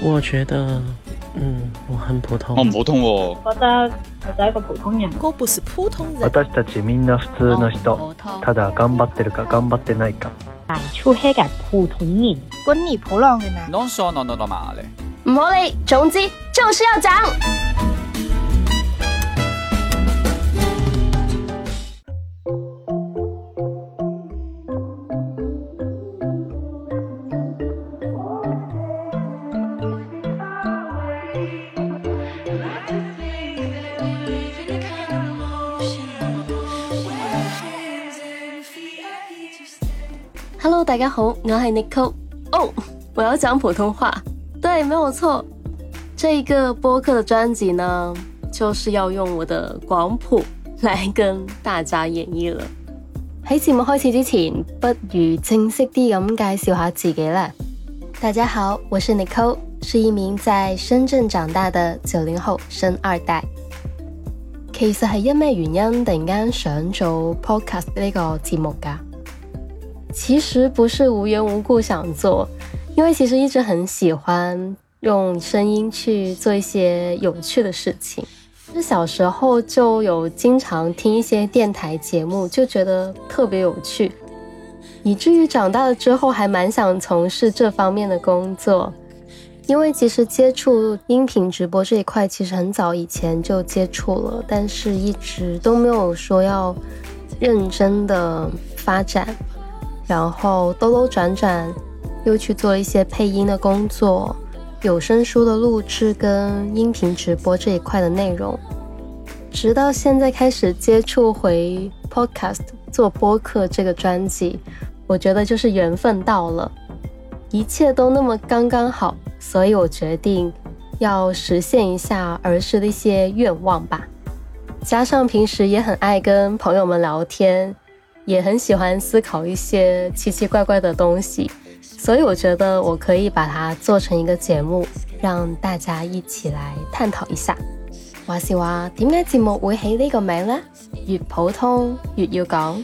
我觉得我很普通。 我唔普通喎。 覺得我就係一個普通人。 我不是普通人。 私たちみんな普通の人。ただ頑張ってるか頑張ってないか。 出黑嘅普通人。 滚你普浪嘅呢 Non sono normale。 唔好理，總之就是要講。Hello， 大家好，我係 Nicole。我要講普通話，對，沒有錯。這個播客的專輯呢，就是要用我的廣普來跟大家演繹了。喺節目開始之前，不如正式啲咁介紹下自己啦。大家好，我是 Nicole， 是一名在深圳長大的90後生二代。其實係因咩原因突然間想做 podcast 呢個節目㗎？其實不是無緣無故想做，因為其實一直很喜歡用聲音去做一些有趣的事情。小時候就有經常聽一些電台節目，就覺得特別有趣，以至於長大了之後還蠻想從事這方面的工作。因為其實接觸音頻直播這一塊其實很早以前就接觸了，但是一直都沒有說要認真的發展，然後兜兜轉轉又去做一些配音的工作，有聲書的錄製跟音頻直播這一塊的內容，直到現在開始接觸回 podcast 做播客這個專輯，我覺得就是緣分到了，一切都那麼剛剛好，所以我決定要實現一下兒時的一些願望吧。加上平時也很愛跟朋友們聊天，也很喜歡思考一些奇奇怪怪的東西，所以我覺得我可以把它做成一個節目，讓大家一起來探討一下。話是話，點解節目會起呢個名呢？越普通越要講。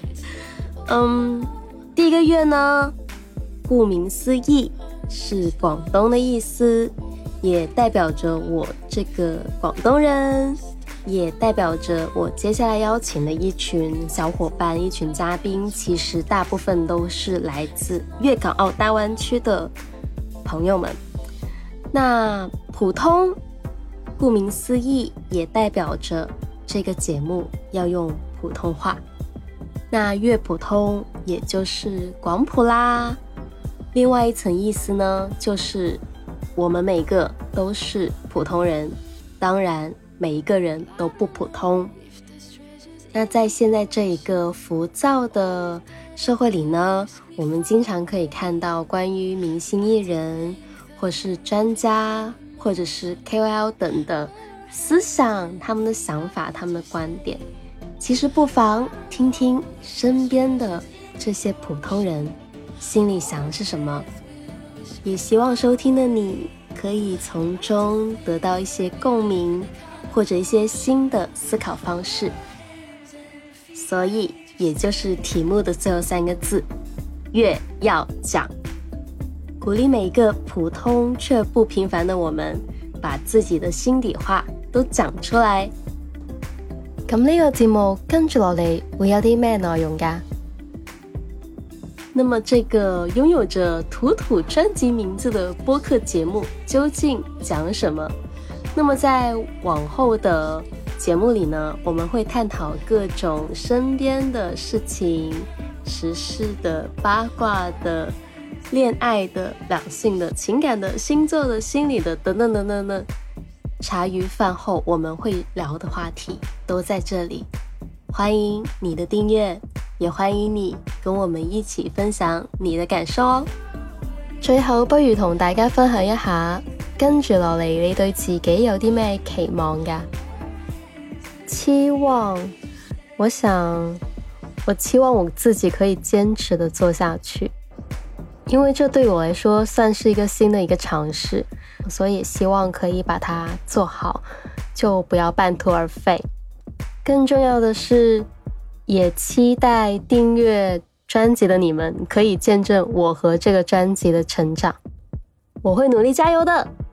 第一個月呢，顧名思義是廣東的意思，也代表着我這個廣東人，也代表着我接下來邀請的一群小夥伴，一群嘉賓，其實大部分都是來自粵港澳大灣區的朋友們。那普通，顧名思義，也代表着這個節目要用普通話。那粵普通，也就是廣普啦。另外一層意思呢，就是我們每個都是普通人，當然每一個人都不普通。那在現在這一個浮躁的社會裡呢，我們經常可以看到關於明星藝人，或是專家，或者是 KOL 等的思想，他們的想法，他們的觀點。其實不妨聽聽身邊的這些普通人心裡想是什麼，也希望收聽的你可以從中得到一些共鳴，或者一些新的思考方式。所以也就是題目的最後3個字，越要講，鼓勵每一個普通卻不平凡的我們，把自己的心底話都講出來。咁呢個節目跟住落嚟會有啲咩內容㗎？那麼這個擁有着土土專輯名字的播客節目究竟講什麼？那麼在往後的節目裡呢，我們會探討各種身邊的事情、時事的、八卦的、戀愛的、兩性的、情感的、星座的、心理的等等等等等。茶餘飯後我們會聊的話題都在這裡，歡迎你的訂閱，也歡迎你跟我們一起分享你的感受哦。最後不如同大家分享一下，跟住落嚟你對自己有啲咩期望㗎？期望，我期望我自己可以堅持的做下去，因為這對我來說算是一個新的一個嘗試，所以也希望可以把它做好，就不要半途而廢。更重要的是，也期待訂閱專輯的你們可以見證我和這個專輯的成長，我會努力加油的。